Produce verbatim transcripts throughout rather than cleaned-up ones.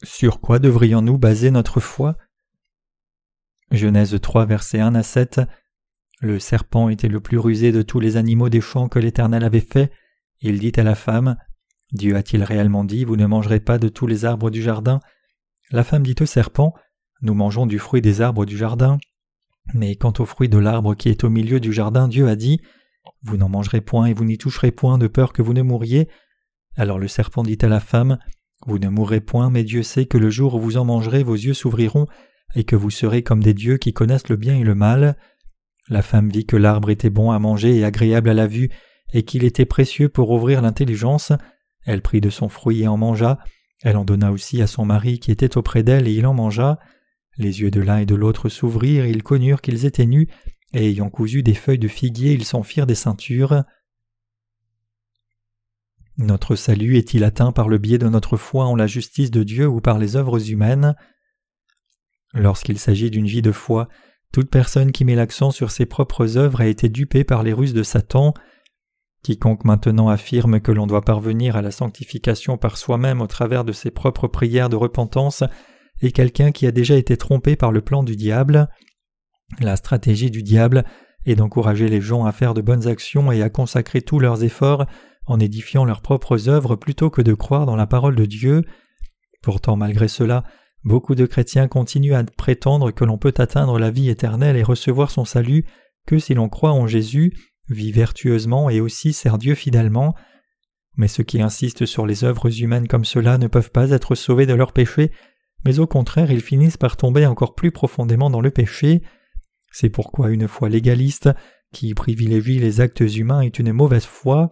Sur quoi devrions-nous baser notre foi? Genèse trois, versets un à sept. Le serpent était le plus rusé de tous les animaux des champs que l'Éternel avait faits. Il dit à la femme, « Dieu a-t-il réellement dit, vous ne mangerez pas de tous les arbres du jardin ?» La femme dit au serpent, « Nous mangeons du fruit des arbres du jardin. Mais quant au fruit de l'arbre qui est au milieu du jardin, Dieu a dit, « Vous n'en mangerez point et vous n'y toucherez point de peur que vous ne mouriez. » Alors le serpent dit à la femme, « Vous ne mourrez point, mais Dieu sait que le jour où vous en mangerez, vos yeux s'ouvriront, et que vous serez comme des dieux qui connaissent le bien et le mal. » La femme vit que l'arbre était bon à manger et agréable à la vue, et qu'il était précieux pour ouvrir l'intelligence. Elle prit de son fruit et en mangea. Elle en donna aussi à son mari qui était auprès d'elle, et il en mangea. Les yeux de l'un et de l'autre s'ouvrirent, et ils connurent qu'ils étaient nus, et ayant cousu des feuilles de figuier, ils s'en firent des ceintures. Notre salut est-il atteint par le biais de notre foi en la justice de Dieu ou par les œuvres humaines? Lorsqu'il s'agit d'une vie de foi, toute personne qui met l'accent sur ses propres œuvres a été dupée par les ruses de Satan. Quiconque maintenant affirme que l'on doit parvenir à la sanctification par soi-même au travers de ses propres prières de repentance est quelqu'un qui a déjà été trompé par le plan du diable. La stratégie du diable est d'encourager les gens à faire de bonnes actions et à consacrer tous leurs efforts en édifiant leurs propres œuvres plutôt que de croire dans la parole de Dieu. Pourtant, malgré cela, beaucoup de chrétiens continuent à prétendre que l'on peut atteindre la vie éternelle et recevoir son salut que si l'on croit en Jésus, vit vertueusement et aussi sert Dieu fidèlement. Mais ceux qui insistent sur les œuvres humaines comme cela ne peuvent pas être sauvés de leurs péchés, mais au contraire ils finissent par tomber encore plus profondément dans le péché. C'est pourquoi une foi légaliste, qui privilégie les actes humains, est une mauvaise foi.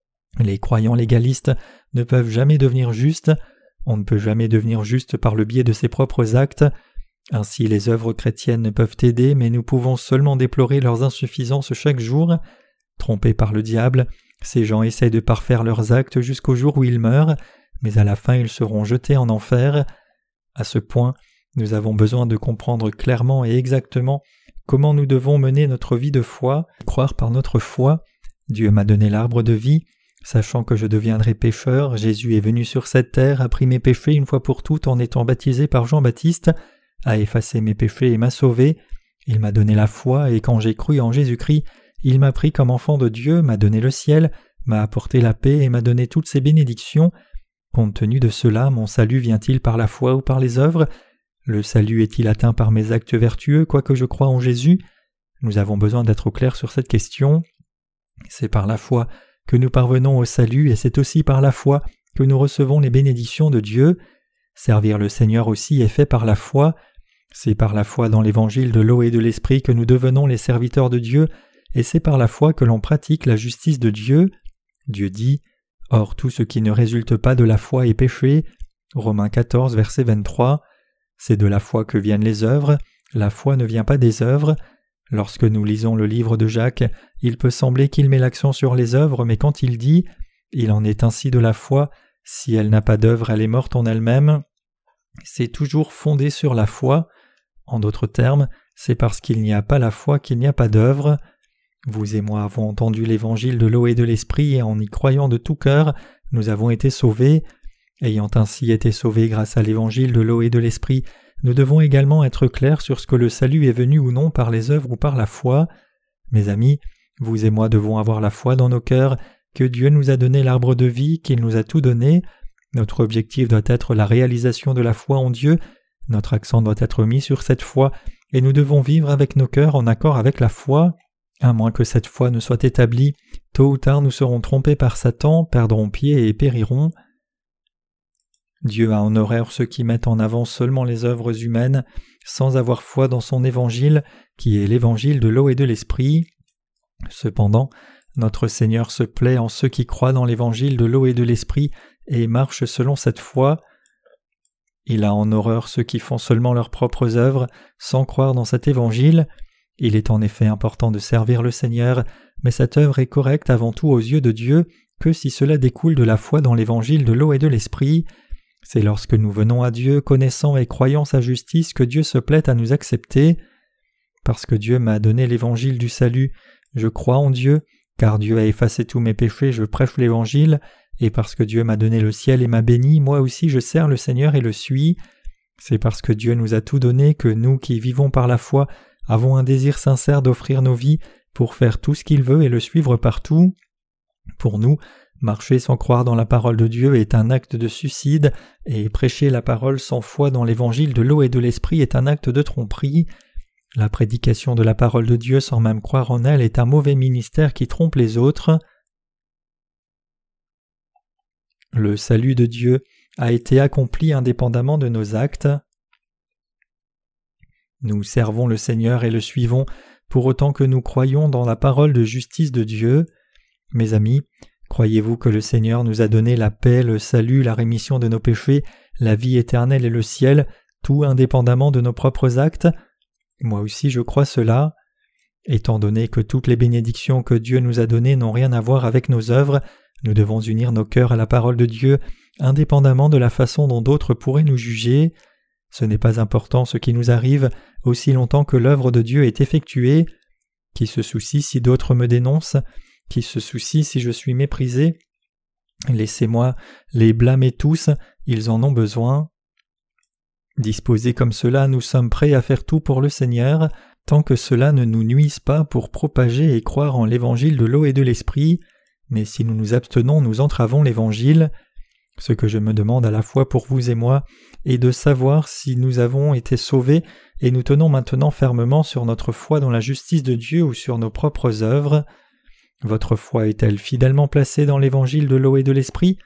Les croyants légalistes ne peuvent jamais devenir justes. On ne peut jamais devenir juste par le biais de ses propres actes. Ainsi les œuvres chrétiennes ne peuvent aider, mais nous pouvons seulement déplorer leurs insuffisances chaque jour. Trompés par le diable, ces gens essaient de parfaire leurs actes jusqu'au jour où ils meurent, mais à la fin ils seront jetés en enfer. À ce point, nous avons besoin de comprendre clairement et exactement comment nous devons mener notre vie de foi, croire par notre foi. Dieu m'a donné l'arbre de vie. Sachant que je deviendrai pécheur, Jésus est venu sur cette terre, a pris mes péchés une fois pour toutes en étant baptisé par Jean-Baptiste, a effacé mes péchés et m'a sauvé. Il m'a donné la foi et quand j'ai cru en Jésus-Christ, il m'a pris comme enfant de Dieu, m'a donné le ciel, m'a apporté la paix et m'a donné toutes ses bénédictions. Compte tenu de cela, mon salut vient-il par la foi ou par les œuvres? Le salut est-il atteint par mes actes vertueux, quoique je croie en Jésus? Nous avons besoin d'être au clair sur cette question. C'est par la foi que nous parvenons au salut et c'est aussi par la foi que nous recevons les bénédictions de Dieu. Servir le Seigneur aussi est fait par la foi. C'est par la foi dans l'évangile de l'eau et de l'esprit que nous devenons les serviteurs de Dieu, et c'est par la foi que l'on pratique la justice de Dieu. Dieu dit « Or tout ce qui ne résulte pas de la foi est péché » Romains quatorze, verset vingt-trois. C'est de la foi que viennent les œuvres, la foi ne vient pas des œuvres. Lorsque nous lisons le livre de Jacques, il peut sembler qu'il met l'accent sur les œuvres, mais quand il dit « Il en est ainsi de la foi, si elle n'a pas d'œuvre, elle est morte en elle-même », c'est toujours fondé sur la foi. En d'autres termes, c'est parce qu'il n'y a pas la foi qu'il n'y a pas d'œuvre. Vous et moi avons entendu l'évangile de l'eau et de l'esprit et en y croyant de tout cœur, nous avons été sauvés. Ayant ainsi été sauvés grâce à l'évangile de l'eau et de l'esprit, nous devons également être clairs sur ce que le salut est venu ou non par les œuvres ou par la foi. Mes amis, vous et moi devons avoir la foi dans nos cœurs, que Dieu nous a donné l'arbre de vie, qu'il nous a tout donné. Notre objectif doit être la réalisation de la foi en Dieu, notre accent doit être mis sur cette foi, et nous devons vivre avec nos cœurs en accord avec la foi. À moins que cette foi ne soit établie, tôt ou tard nous serons trompés par Satan, perdrons pied et périrons. Dieu a en horreur ceux qui mettent en avant seulement les œuvres humaines, sans avoir foi dans son évangile, qui est l'évangile de l'eau et de l'esprit. Cependant, notre Seigneur se plaît en ceux qui croient dans l'évangile de l'eau et de l'esprit et marchent selon cette foi. Il a en horreur ceux qui font seulement leurs propres œuvres, sans croire dans cet évangile. Il est en effet important de servir le Seigneur, mais cette œuvre est correcte avant tout aux yeux de Dieu que si cela découle de la foi dans l'évangile de l'eau et de l'esprit. C'est lorsque nous venons à Dieu, connaissant et croyant sa justice, que Dieu se plaît à nous accepter. Parce que Dieu m'a donné l'évangile du salut, je crois en Dieu, car Dieu a effacé tous mes péchés, je prêche l'évangile, et parce que Dieu m'a donné le ciel et m'a béni, moi aussi je sers le Seigneur et le suis. C'est parce que Dieu nous a tout donné que nous qui vivons par la foi avons un désir sincère d'offrir nos vies pour faire tout ce qu'il veut et le suivre partout. Pour nous, marcher sans croire dans la parole de Dieu est un acte de suicide, et prêcher la parole sans foi dans l'évangile de l'eau et de l'esprit est un acte de tromperie. La prédication de la parole de Dieu sans même croire en elle est un mauvais ministère qui trompe les autres. Le salut de Dieu a été accompli indépendamment de nos actes. Nous servons le Seigneur et le suivons pour autant que nous croyons dans la parole de justice de Dieu. Mes amis, croyez-vous que le Seigneur nous a donné la paix, le salut, la rémission de nos péchés, la vie éternelle et le ciel, tout indépendamment de nos propres actes? Moi aussi je crois cela. Étant donné que toutes les bénédictions que Dieu nous a données n'ont rien à voir avec nos œuvres, nous devons unir nos cœurs à la parole de Dieu, indépendamment de la façon dont d'autres pourraient nous juger. Ce n'est pas important ce qui nous arrive, aussi longtemps que l'œuvre de Dieu est effectuée. Qui se soucie si d'autres me dénoncent? Qui se soucie si je suis méprisé? Laissez-moi les blâmer tous, ils en ont besoin. Disposés comme cela, nous sommes prêts à faire tout pour le Seigneur, tant que cela ne nous nuise pas pour propager et croire en l'évangile de l'eau et de l'esprit. Mais si nous nous abstenons, nous entravons l'évangile. Ce que je me demande à la fois pour vous et moi est de savoir si nous avons été sauvés et nous tenons maintenant fermement sur notre foi dans la justice de Dieu ou sur nos propres œuvres. Votre foi est-elle fidèlement placée dans l'évangile de l'eau et de l'esprit?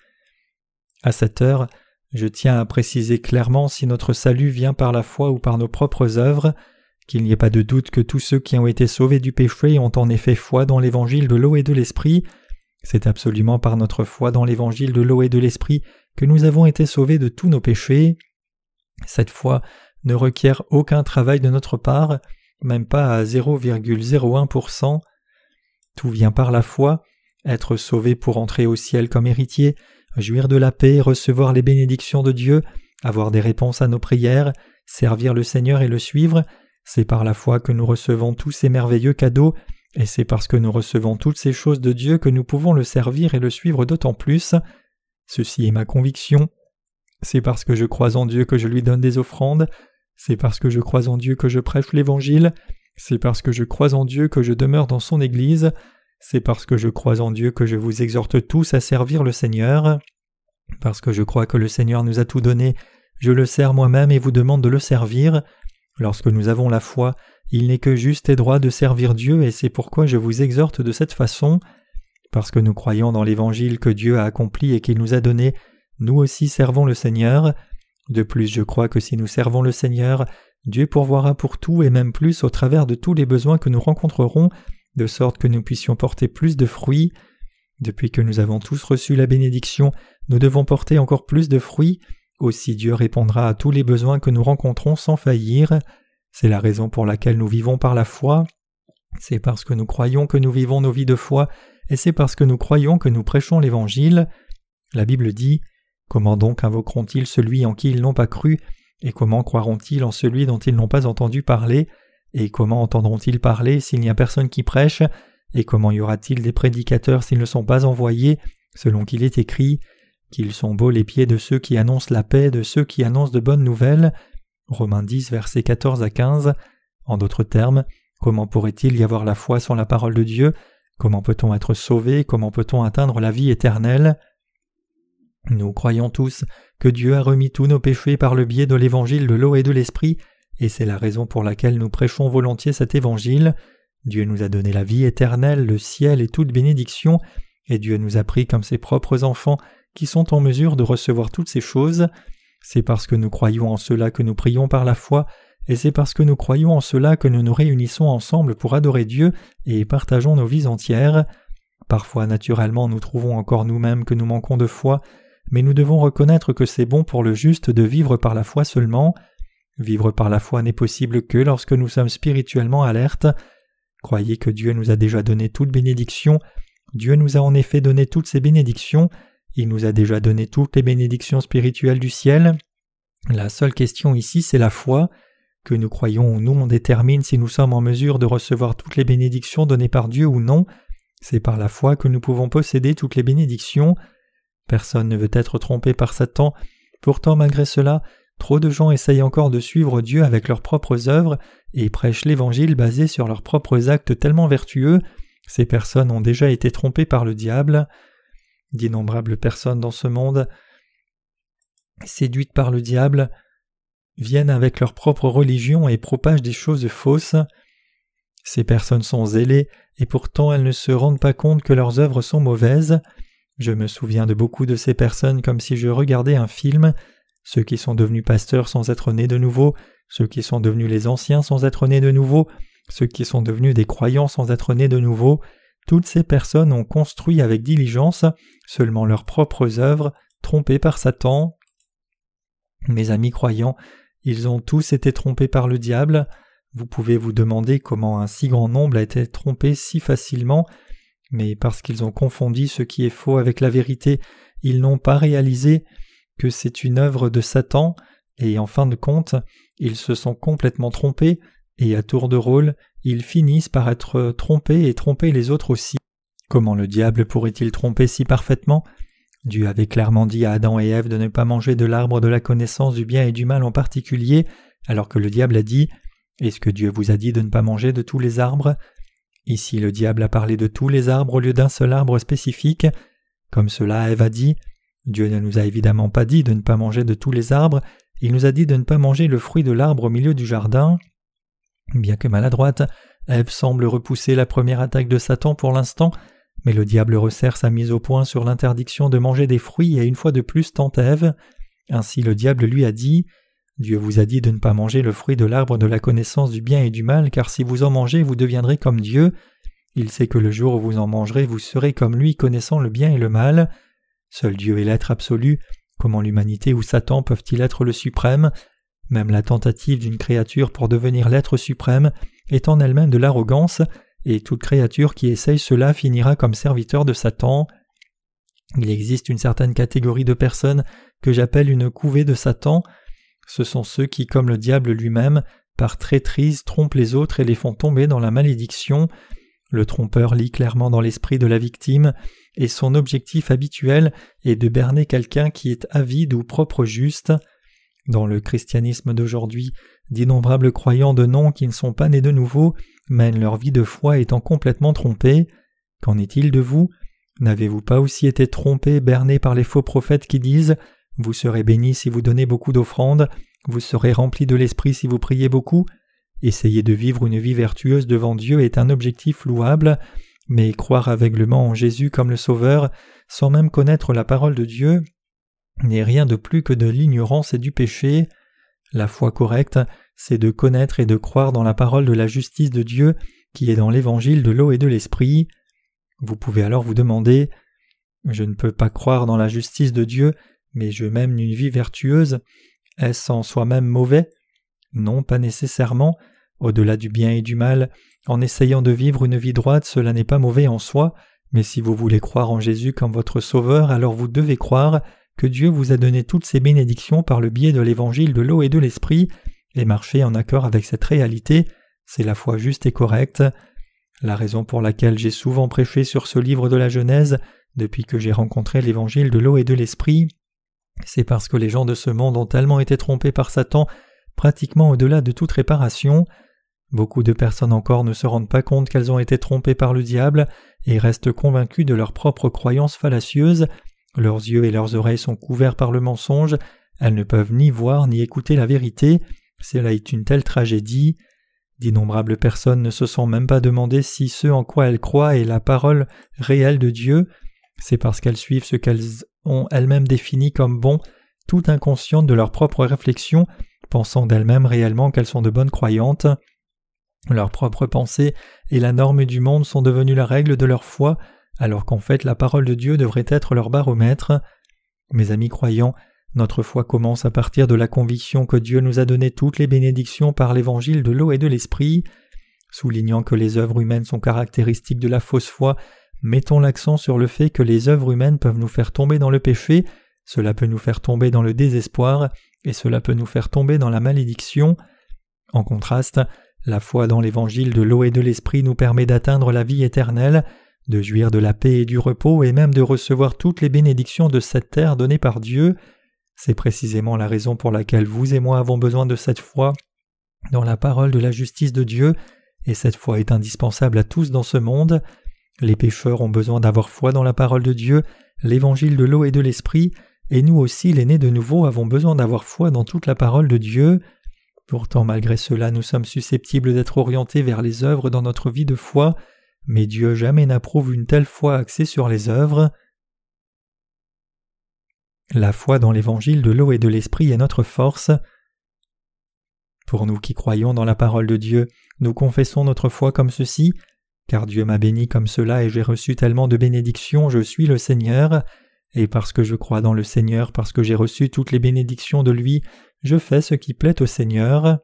À cette heure, je tiens à préciser clairement si notre salut vient par la foi ou par nos propres œuvres, qu'il n'y ait pas de doute que tous ceux qui ont été sauvés du péché ont en effet foi dans l'évangile de l'eau et de l'esprit. C'est absolument par notre foi dans l'évangile de l'eau et de l'esprit que nous avons été sauvés de tous nos péchés. Cette foi ne requiert aucun travail de notre part, même pas à zéro virgule zéro un pour cent. Tout vient par la foi, être sauvé pour entrer au ciel comme héritier, jouir de la paix, recevoir les bénédictions de Dieu, avoir des réponses à nos prières, servir le Seigneur et le suivre, c'est par la foi que nous recevons tous ces merveilleux cadeaux, et c'est parce que nous recevons toutes ces choses de Dieu que nous pouvons le servir et le suivre d'autant plus. Ceci est ma conviction. C'est parce que je crois en Dieu que je lui donne des offrandes, c'est parce que je crois en Dieu que je prêche l'Évangile, c'est parce que je crois en Dieu que je demeure dans son Église, c'est parce que je crois en Dieu que je vous exhorte tous à servir le Seigneur. Parce que je crois que le Seigneur nous a tout donné, je le sers moi-même et vous demande de le servir. Lorsque nous avons la foi, il n'est que juste et droit de servir Dieu et c'est pourquoi je vous exhorte de cette façon. Parce que nous croyons dans l'Évangile que Dieu a accompli et qu'il nous a donné, nous aussi servons le Seigneur. De plus, je crois que si nous servons le Seigneur, Dieu pourvoira pour tout et même plus au travers de tous les besoins que nous rencontrerons, de sorte que nous puissions porter plus de fruits. Depuis que nous avons tous reçu la bénédiction, nous devons porter encore plus de fruits. Aussi Dieu répondra à tous les besoins que nous rencontrons sans faillir. C'est la raison pour laquelle nous vivons par la foi. C'est parce que nous croyons que nous vivons nos vies de foi, et c'est parce que nous croyons que nous prêchons l'Évangile. La Bible dit « Comment donc invoqueront-ils celui en qui ils n'ont pas cru, et comment croiront-ils en celui dont ils n'ont pas entendu parler, et comment entendront-ils parler s'il n'y a personne qui prêche, et comment y aura-t-il des prédicateurs s'ils ne sont pas envoyés, selon qu'il est écrit « Qu'ils sont beaux les pieds de ceux qui annoncent la paix, de ceux qui annoncent de bonnes nouvelles » Romains dix, versets quatorze à quinze. En d'autres termes, comment pourrait-il y avoir la foi sans la parole de Dieu? Comment peut-on être sauvé? Comment peut-on atteindre la vie éternelle? Nous croyons tous que Dieu a remis tous nos péchés par le biais de l'évangile de l'eau et de l'esprit, et c'est la raison pour laquelle nous prêchons volontiers cet évangile. Dieu nous a donné la vie éternelle, le ciel et toute bénédiction, et Dieu nous a pris comme ses propres enfants qui sont en mesure de recevoir toutes ces choses. C'est parce que nous croyons en cela que nous prions par la foi, et c'est parce que nous croyons en cela que nous nous réunissons ensemble pour adorer Dieu et partageons nos vies entières. Parfois, naturellement, nous trouvons encore nous-mêmes que nous manquons de foi, mais nous devons reconnaître que c'est bon pour le juste de vivre par la foi seulement. Vivre par la foi n'est possible que lorsque nous sommes spirituellement alertes. Croyez que Dieu nous a déjà donné toute bénédiction. Dieu nous a en effet donné toutes ces bénédictions. Il nous a déjà donné toutes les bénédictions spirituelles du ciel. La seule question ici, c'est la foi. Que nous croyons ou non détermine si nous sommes en mesure de recevoir toutes les bénédictions données par Dieu ou non. C'est par la foi que nous pouvons posséder toutes les bénédictions. Personne ne veut être trompé par Satan. Pourtant, malgré cela, trop de gens essayent encore de suivre Dieu avec leurs propres œuvres et prêchent l'Évangile basé sur leurs propres actes tellement vertueux. Ces personnes ont déjà été trompées par le diable. D'innombrables personnes dans ce monde, séduites par le diable, viennent avec leur propre religion et propagent des choses fausses. Ces personnes sont zélées et pourtant elles ne se rendent pas compte que leurs œuvres sont mauvaises. Je me souviens de beaucoup de ces personnes comme si je regardais un film. Ceux qui sont devenus pasteurs sans être nés de nouveau, ceux qui sont devenus les anciens sans être nés de nouveau, ceux qui sont devenus des croyants sans être nés de nouveau, toutes ces personnes ont construit avec diligence seulement leurs propres œuvres, trompées par Satan. Mes amis croyants, ils ont tous été trompés par le diable. Vous pouvez vous demander comment un si grand nombre a été trompé si facilement, mais parce qu'ils ont confondu ce qui est faux avec la vérité, ils n'ont pas réalisé que c'est une œuvre de Satan, et en fin de compte, ils se sont complètement trompés, et à tour de rôle, ils finissent par être trompés et tromper les autres aussi. Comment le diable pourrait-il tromper si parfaitement ? Dieu avait clairement dit à Adam et Ève de ne pas manger de l'arbre de la connaissance du bien et du mal en particulier, alors que le diable a dit « Est-ce que Dieu vous a dit de ne pas manger de tous les arbres ?» Ici le diable a parlé de tous les arbres au lieu d'un seul arbre spécifique. Comme cela, Ève a dit « Dieu ne nous a évidemment pas dit de ne pas manger de tous les arbres, il nous a dit de ne pas manger le fruit de l'arbre au milieu du jardin. » Bien que maladroite, Ève semble repousser la première attaque de Satan pour l'instant, mais le diable resserre sa mise au point sur l'interdiction de manger des fruits et une fois de plus tente Ève. Ainsi le diable lui a dit « Dieu vous a dit de ne pas manger le fruit de l'arbre de la connaissance du bien et du mal, car si vous en mangez, vous deviendrez comme Dieu. Il sait que le jour où vous en mangerez, vous serez comme lui, connaissant le bien et le mal. Seul Dieu est l'être absolu. Comment l'humanité ou Satan peuvent-ils être le suprême ? Même la tentative d'une créature pour devenir l'être suprême est en elle-même de l'arrogance, et toute créature qui essaye cela finira comme serviteur de Satan. Il existe une certaine catégorie de personnes que j'appelle une couvée de Satan. Ce sont ceux qui, comme le diable lui-même, par traîtrise, trompent les autres et les font tomber dans la malédiction. Le trompeur lit clairement dans l'esprit de la victime, et son objectif habituel est de berner quelqu'un qui est avide ou propre juste. Dans le christianisme d'aujourd'hui, d'innombrables croyants de nom qui ne sont pas nés de nouveau mènent leur vie de foi étant complètement trompés. Qu'en est-il de vous ? N'avez-vous pas aussi été trompés, bernés par les faux prophètes qui disent « Vous serez bénis si vous donnez beaucoup d'offrandes, vous serez remplis de l'esprit si vous priez beaucoup ». Essayer de vivre une vie vertueuse devant Dieu est un objectif louable, mais croire aveuglément en Jésus comme le Sauveur, sans même connaître la parole de Dieu, n'est rien de plus que de l'ignorance et du péché. La foi correcte, c'est de connaître et de croire dans la parole de la justice de Dieu qui est dans l'évangile de l'eau et de l'esprit. Vous pouvez alors vous demander « Je ne peux pas croire dans la justice de Dieu, mais je mène une vie vertueuse. Est-ce en soi-même mauvais ? » Non, pas nécessairement. Au-delà du bien et du mal, en essayant de vivre une vie droite, cela n'est pas mauvais en soi, mais si vous voulez croire en Jésus comme votre Sauveur, alors vous devez croire que Dieu vous a donné toutes ces bénédictions par le biais de l'évangile de l'eau et de l'esprit, et marcher en accord avec cette réalité, c'est la foi juste et correcte. La raison pour laquelle j'ai souvent prêché sur ce livre de la Genèse, depuis que j'ai rencontré l'évangile de l'eau et de l'esprit, c'est parce que les gens de ce monde ont tellement été trompés par Satan, pratiquement au-delà de toute réparation. Beaucoup de personnes encore ne se rendent pas compte qu'elles ont été trompées par le diable et restent convaincues de leurs propres croyances fallacieuses. Leurs yeux et leurs oreilles sont couverts par le mensonge, elles ne peuvent ni voir ni écouter la vérité. Cela est une telle tragédie. D'innombrables personnes ne se sont même pas demandé si ce en quoi elles croient est la parole réelle de Dieu. C'est parce qu'elles suivent ce qu'elles ont elles-mêmes défini comme bon, tout inconscientes de leurs propres réflexions, pensant d'elles-mêmes réellement qu'elles sont de bonnes croyantes. Leurs propres pensées et la norme du monde sont devenues la règle de leur foi, alors qu'en fait la parole de Dieu devrait être leur baromètre. Mes amis croyants, notre foi commence à partir de la conviction que Dieu nous a donné toutes les bénédictions par l'évangile de l'eau et de l'esprit. Soulignant que les œuvres humaines sont caractéristiques de la fausse foi, mettons l'accent sur le fait que les œuvres humaines peuvent nous faire tomber dans le péché, cela peut nous faire tomber dans le désespoir, et cela peut nous faire tomber dans la malédiction. En contraste, la foi dans l'évangile de l'eau et de l'esprit nous permet d'atteindre la vie éternelle, de jouir de la paix et du repos et même de recevoir toutes les bénédictions de cette terre données par Dieu. C'est précisément la raison pour laquelle vous et moi avons besoin de cette foi dans la parole de la justice de Dieu, et cette foi est indispensable à tous dans ce monde. Les pécheurs ont besoin d'avoir foi dans la parole de Dieu, l'évangile de l'eau et de l'esprit, et nous aussi, les nés de nouveau, avons besoin d'avoir foi dans toute la parole de Dieu. Pourtant, malgré cela, nous sommes susceptibles d'être orientés vers les œuvres dans notre vie de foi, mais Dieu jamais n'approuve une telle foi axée sur les œuvres. La foi dans l'évangile de l'eau et de l'esprit est notre force. Pour nous qui croyons dans la parole de Dieu, nous confessons notre foi comme ceci: car Dieu m'a béni comme cela et j'ai reçu tellement de bénédictions, je suis le Seigneur. Et parce que je crois dans le Seigneur, parce que j'ai reçu toutes les bénédictions de lui, je fais ce qui plaît au Seigneur.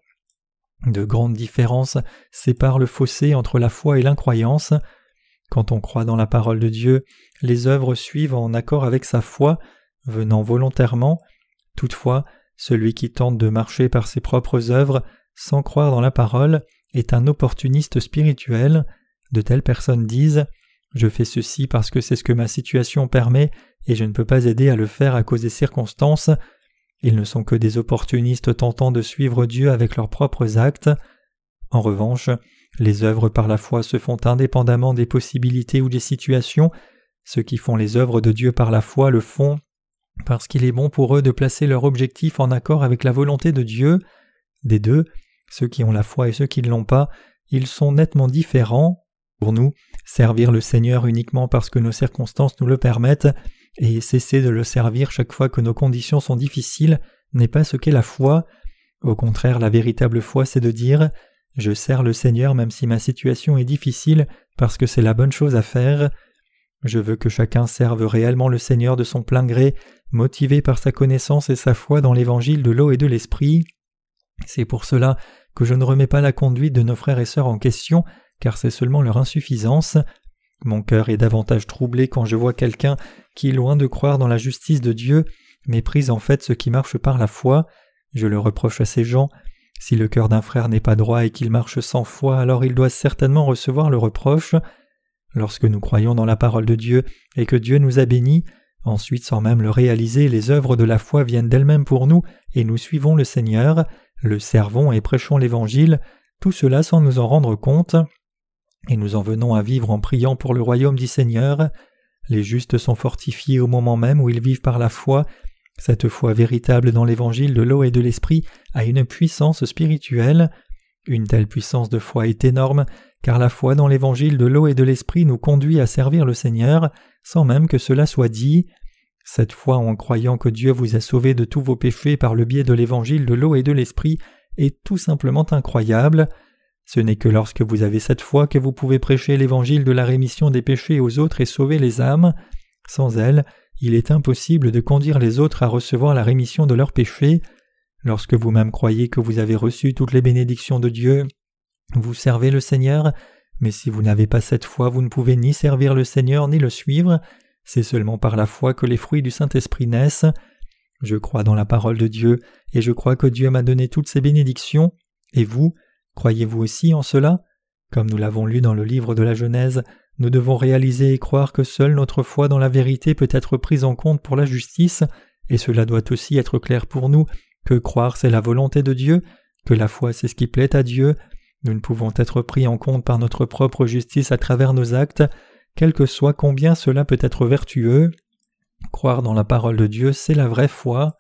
De grandes différences séparent le fossé entre la foi et l'incroyance. Quand on croit dans la parole de Dieu, les œuvres suivent en accord avec sa foi, venant volontairement. Toutefois, celui qui tente de marcher par ses propres œuvres, sans croire dans la parole, est un opportuniste spirituel. De telles personnes disent « Je fais ceci parce que c'est ce que ma situation permet et je ne peux pas aider à le faire à cause des circonstances ». Ils ne sont que des opportunistes tentant de suivre Dieu avec leurs propres actes. En revanche, les œuvres par la foi se font indépendamment des possibilités ou des situations. Ceux qui font les œuvres de Dieu par la foi le font parce qu'il est bon pour eux de placer leur objectif en accord avec la volonté de Dieu. Des deux, ceux qui ont la foi et ceux qui ne l'ont pas, ils sont nettement différents. Pour nous, servir le Seigneur uniquement parce que nos circonstances nous le permettent et cesser de le servir chaque fois que nos conditions sont difficiles n'est pas ce qu'est la foi. Au contraire, la véritable foi, c'est de dire « Je sers le Seigneur même si ma situation est difficile parce que c'est la bonne chose à faire ». Je veux que chacun serve réellement le Seigneur de son plein gré, motivé par sa connaissance et sa foi dans l'évangile de l'eau et de l'esprit. C'est pour cela que je ne remets pas la conduite de nos frères et sœurs en question, car c'est seulement leur insuffisance. Mon cœur est davantage troublé quand je vois quelqu'un qui, loin de croire dans la justice de Dieu, méprise en fait ce qui marche par la foi. Je le reproche à ces gens. Si le cœur d'un frère n'est pas droit et qu'il marche sans foi, alors il doit certainement recevoir le reproche. Lorsque nous croyons dans la parole de Dieu et que Dieu nous a bénis, ensuite sans même le réaliser, les œuvres de la foi viennent d'elles-mêmes pour nous et nous suivons le Seigneur, le servons et prêchons l'Évangile, tout cela sans nous en rendre compte. Et nous en venons à vivre en priant pour le royaume du Seigneur. Les justes sont fortifiés au moment même où ils vivent par la foi. Cette foi véritable dans l'évangile de l'eau et de l'esprit a une puissance spirituelle. Une telle puissance de foi est énorme, car la foi dans l'évangile de l'eau et de l'esprit nous conduit à servir le Seigneur, sans même que cela soit dit. Cette foi en croyant que Dieu vous a sauvé de tous vos péchés par le biais de l'évangile de l'eau et de l'esprit est tout simplement incroyable. Ce n'est que lorsque vous avez cette foi que vous pouvez prêcher l'évangile de la rémission des péchés aux autres et sauver les âmes. Sans elle, il est impossible de conduire les autres à recevoir la rémission de leurs péchés. Lorsque vous-même croyez que vous avez reçu toutes les bénédictions de Dieu, vous servez le Seigneur, mais si vous n'avez pas cette foi, vous ne pouvez ni servir le Seigneur ni le suivre. C'est seulement par la foi que les fruits du Saint-Esprit naissent. Je crois dans la parole de Dieu, et je crois que Dieu m'a donné toutes ces bénédictions. Et vous, croyez-vous aussi en cela? Comme nous l'avons lu dans le livre de la Genèse, nous devons réaliser et croire que seule notre foi dans la vérité peut être prise en compte pour la justice, et cela doit aussi être clair pour nous, que croire c'est la volonté de Dieu, que la foi c'est ce qui plaît à Dieu. Nous ne pouvons être pris en compte par notre propre justice à travers nos actes, quel que soit combien cela peut être vertueux. Croire dans la parole de Dieu, c'est la vraie foi.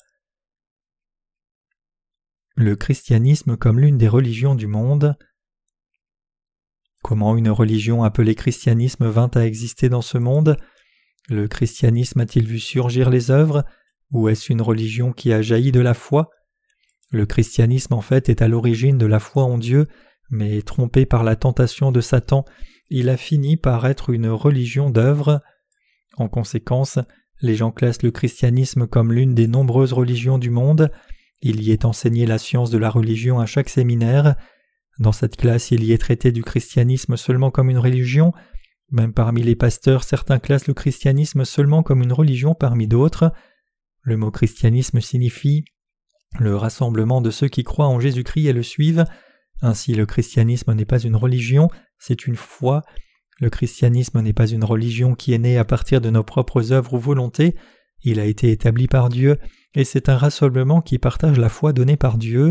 Le christianisme comme l'une des religions du monde. Comment une religion appelée christianisme vint à exister dans ce monde? Le christianisme a-t-il vu surgir les œuvres? Ou est-ce une religion qui a jailli de la foi? Le christianisme en fait est à l'origine de la foi en Dieu, mais trompé par la tentation de Satan, il a fini par être une religion d'œuvres. En conséquence, les gens classent le christianisme comme l'une des nombreuses religions du monde. Il y est enseigné la science de la religion à chaque séminaire. Dans cette classe, il y est traité du christianisme seulement comme une religion. Même parmi les pasteurs, certains classent le christianisme seulement comme une religion parmi d'autres. Le mot christianisme signifie le rassemblement de ceux qui croient en Jésus-Christ et le suivent. Ainsi, le christianisme n'est pas une religion, c'est une foi. Le christianisme n'est pas une religion qui est née à partir de nos propres œuvres ou volontés, il a été établi par Dieu, et c'est un rassemblement qui partage la foi donnée par Dieu.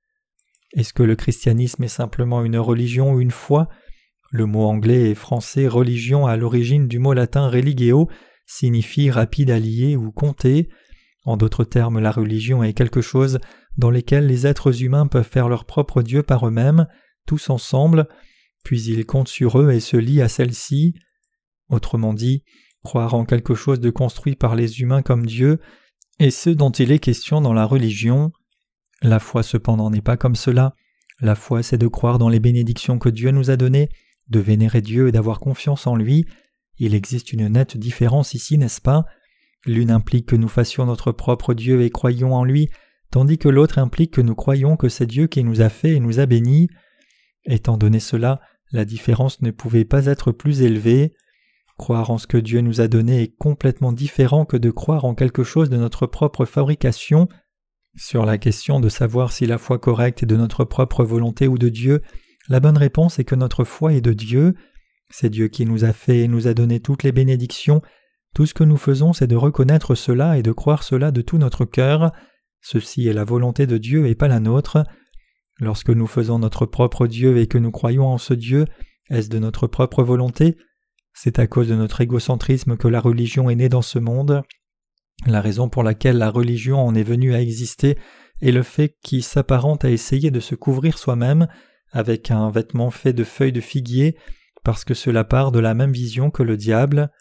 Est-ce que le christianisme est simplement une religion ou une foi ? Le mot anglais et français religion à l'origine du mot latin religio signifie rapide à lier ou compter. En d'autres termes, la religion est quelque chose dans lequel les êtres humains peuvent faire leur propre Dieu par eux-mêmes, tous ensemble, puis ils comptent sur eux et se lient à celle-ci. Autrement dit, croire en quelque chose de construit par les humains comme Dieu est ce dont il est question dans la religion. La foi cependant n'est pas comme cela. La foi, c'est de croire dans les bénédictions que Dieu nous a données, de vénérer Dieu et d'avoir confiance en lui. Il existe une nette différence ici, n'est-ce pas ? L'une implique que nous fassions notre propre Dieu et croyions en lui, tandis que l'autre implique que nous croyons que c'est Dieu qui nous a fait et nous a bénis. Étant donné cela, la différence ne pouvait pas être plus élevée. Croire en ce que Dieu nous a donné est complètement différent que de croire en quelque chose de notre propre fabrication. Sur la question de savoir si la foi correcte est de notre propre volonté ou de Dieu, la bonne réponse est que notre foi est de Dieu. C'est Dieu qui nous a fait et nous a donné toutes les bénédictions. Tout ce que nous faisons, c'est de reconnaître cela et de croire cela de tout notre cœur. Ceci est la volonté de Dieu et pas la nôtre. Lorsque nous faisons notre propre Dieu et que nous croyons en ce Dieu, est-ce de notre propre volonté ? C'est à cause de notre égocentrisme que la religion est née dans ce monde. La raison pour laquelle la religion en est venue à exister est le fait qu'il s'apparente à essayer de se couvrir soi-même avec un vêtement fait de feuilles de figuier, parce que cela part de la même vision que le diable.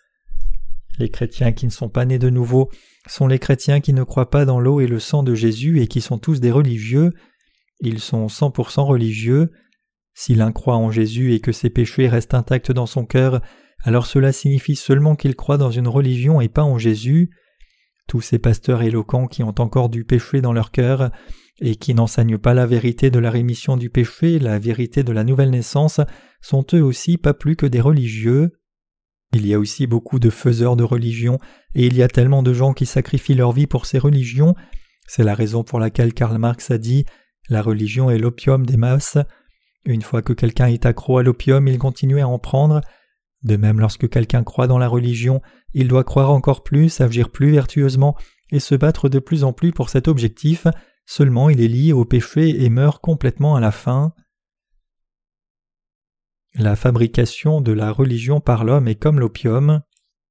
Les chrétiens qui ne sont pas nés de nouveau sont les chrétiens qui ne croient pas dans l'eau et le sang de Jésus et qui sont tous des religieux. Ils sont cent pour cent religieux. Si l'un croit en Jésus et que ses péchés restent intacts dans son cœur, alors cela signifie seulement qu'il croit dans une religion et pas en Jésus. Tous ces pasteurs éloquents qui ont encore du péché dans leur cœur et qui n'enseignent pas la vérité de la rémission du péché, la vérité de la nouvelle naissance, sont eux aussi pas plus que des religieux. Il y a aussi beaucoup de faiseurs de religion, et il y a tellement de gens qui sacrifient leur vie pour ces religions. C'est la raison pour laquelle Karl Marx a dit « La religion est l'opium des masses ». Une fois que quelqu'un est accro à l'opium, il continue à en prendre. De même, lorsque quelqu'un croit dans la religion, il doit croire encore plus, agir plus vertueusement et se battre de plus en plus pour cet objectif, seulement il est lié au péché et meurt complètement à la fin. La fabrication de la religion par l'homme est comme l'opium.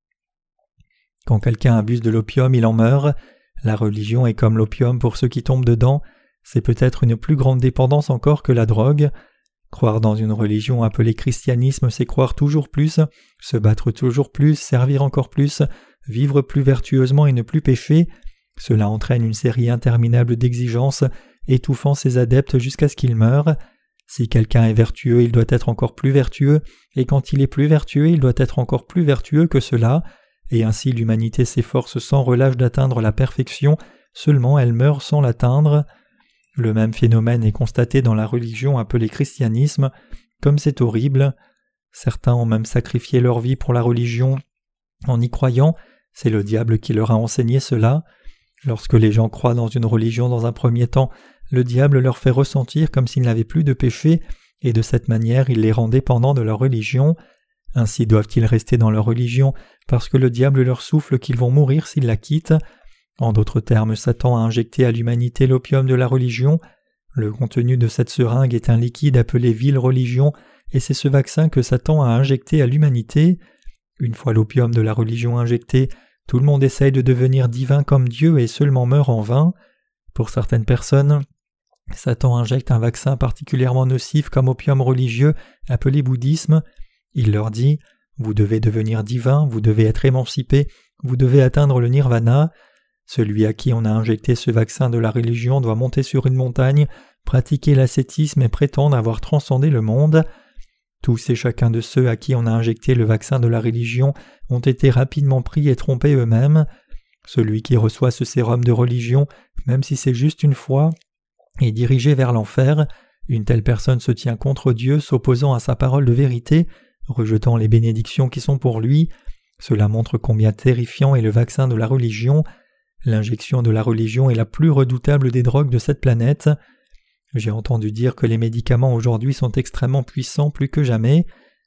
Quand quelqu'un abuse de l'opium, il en meurt. La religion est comme l'opium pour ceux qui tombent dedans. C'est peut-être une plus grande dépendance encore que la drogue. Croire dans une religion appelée christianisme, c'est croire toujours plus, se battre toujours plus, servir encore plus, vivre plus vertueusement et ne plus pécher. Cela entraîne une série interminable d'exigences, étouffant ses adeptes jusqu'à ce qu'ils meurent. Si quelqu'un est vertueux, il doit être encore plus vertueux, et quand il est plus vertueux, il doit être encore plus vertueux que cela, et ainsi l'humanité s'efforce sans relâche d'atteindre la perfection, seulement elle meurt sans l'atteindre. Le même phénomène est constaté dans la religion appelée christianisme. Comme c'est horrible, certains ont même sacrifié leur vie pour la religion. En y croyant, c'est le diable qui leur a enseigné cela. Lorsque les gens croient dans une religion dans un premier temps, le diable leur fait ressentir comme s'ils n'avaient plus de péché, et de cette manière il les rend dépendants de leur religion. Ainsi doivent-ils rester dans leur religion, parce que le diable leur souffle qu'ils vont mourir s'ils la quittent. En d'autres termes, Satan a injecté à l'humanité l'opium de la religion. Le contenu de cette seringue est un liquide appelé vile religion, et c'est ce vaccin que Satan a injecté à l'humanité. Une fois l'opium de la religion injecté, tout le monde essaye de devenir divin comme Dieu et seulement meurt en vain. Pour certaines personnes, Satan injecte un vaccin particulièrement nocif comme opium religieux appelé bouddhisme. Il leur dit « Vous devez devenir divin, vous devez être émancipé, vous devez atteindre le nirvana ». Celui à qui on a injecté ce vaccin de la religion doit monter sur une montagne, pratiquer l'ascétisme et prétendre avoir transcendé le monde. Tous et chacun de ceux à qui on a injecté le vaccin de la religion ont été rapidement pris et trompés eux-mêmes. Celui qui reçoit ce sérum de religion, même si c'est juste une fois, est dirigé vers l'enfer. Une telle personne se tient contre Dieu, s'opposant à sa parole de vérité, rejetant les bénédictions qui sont pour lui. Cela montre combien terrifiant est le vaccin de la religion. L'injection de la religion est la plus redoutable des drogues de cette planète. J'ai entendu dire que les médicaments aujourd'hui sont extrêmement puissants plus que jamais.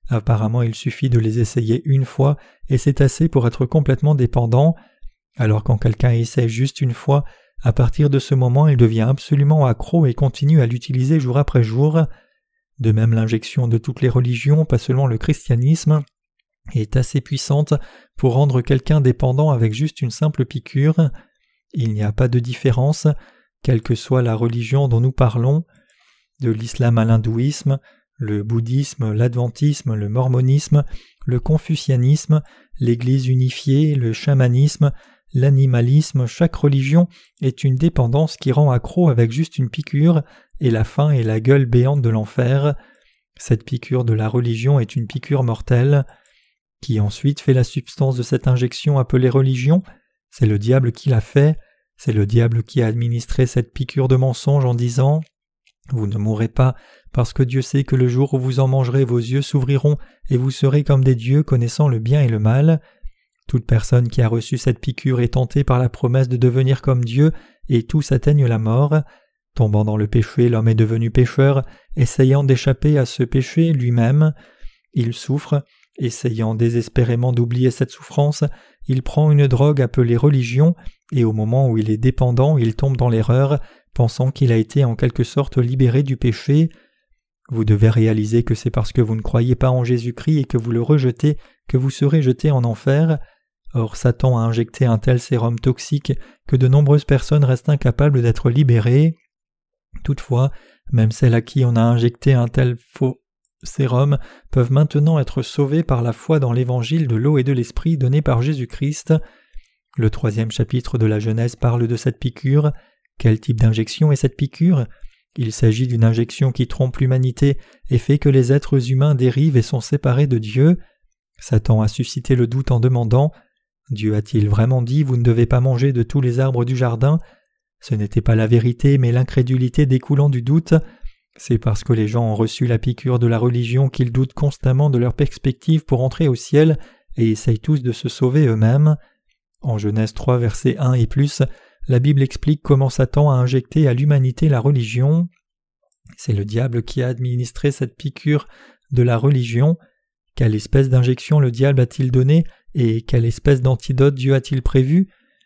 Apparemment, il suffit de les essayer une fois et c'est assez pour être complètement dépendant. Alors quand quelqu'un essaie juste une fois, à partir de ce moment, il devient absolument accro et continue à l'utiliser jour après jour. De même, l'injection de toutes les religions, pas seulement le christianisme, est assez puissante pour rendre quelqu'un dépendant avec juste une simple piqûre. Il n'y a pas de différence, quelle que soit la religion dont nous parlons, de l'islam à l'hindouisme, le bouddhisme, l'adventisme, le mormonisme, le confucianisme, l'Église unifiée, le chamanisme, l'animalisme, chaque religion est une dépendance qui rend accro avec juste une piqûre et la faim et la gueule béante de l'enfer. Cette piqûre de la religion est une piqûre mortelle. Qui ensuite fait la substance de cette injection appelée religion? C'est le diable qui l'a fait. C'est le diable qui a administré cette piqûre de mensonge en disant « Vous ne mourrez pas, parce que Dieu sait que le jour où vous en mangerez, vos yeux s'ouvriront et vous serez comme des dieux connaissant le bien et le mal. » Toute personne qui a reçu cette piqûre est tentée par la promesse de devenir comme Dieu et tous atteignent la mort. Tombant dans le péché, l'homme est devenu pécheur, essayant d'échapper à ce péché lui-même. Il souffre. Essayant désespérément d'oublier cette souffrance, il prend une drogue appelée religion, et au moment où il est dépendant, il tombe dans l'erreur, pensant qu'il a été en quelque sorte libéré du péché. Vous devez réaliser que c'est parce que vous ne croyez pas en Jésus-Christ et que vous le rejetez que vous serez jeté en enfer. Or Satan a injecté un tel sérum toxique que de nombreuses personnes restent incapables d'être libérées. Toutefois, même celles à qui on a injecté un tel faux sérum peuvent maintenant être sauvés par la foi dans l'évangile de l'eau et de l'esprit donné par Jésus-Christ. Le troisième chapitre de la Genèse parle de cette piqûre. Quel type d'injection est cette piqûre? Il s'agit d'une injection qui trompe l'humanité et fait que les êtres humains dérivent et sont séparés de Dieu. Satan a suscité le doute en demandant « Dieu a-t-il vraiment dit « Vous ne devez pas manger de tous les arbres du jardin ?» » Ce n'était pas la vérité mais l'incrédulité découlant du doute. C'est parce que les gens ont reçu la piqûre de la religion qu'ils doutent constamment de leur perspective pour entrer au ciel et essayent tous de se sauver eux-mêmes. En Genèse trois, versets un et plus, la Bible explique comment Satan a injecté à l'humanité la religion. C'est le diable qui a administré cette piqûre de la religion. Quelle espèce d'injection le diable a-t-il donné et quelle espèce d'antidote Dieu a-t-il prévu?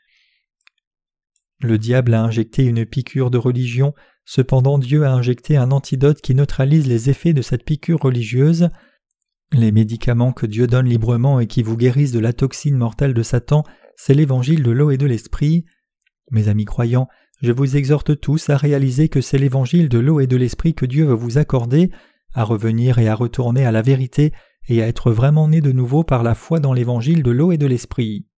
Le diable a injecté une piqûre de religion. Cependant, Dieu a injecté un antidote qui neutralise les effets de cette piqûre religieuse. Les médicaments que Dieu donne librement et qui vous guérissent de la toxine mortelle de Satan, c'est l'évangile de l'eau et de l'esprit. Mes amis croyants, je vous exhorte tous à réaliser que c'est l'évangile de l'eau et de l'esprit que Dieu veut vous accorder, à revenir et à retourner à la vérité et à être vraiment né de nouveau par la foi dans l'évangile de l'eau et de l'esprit.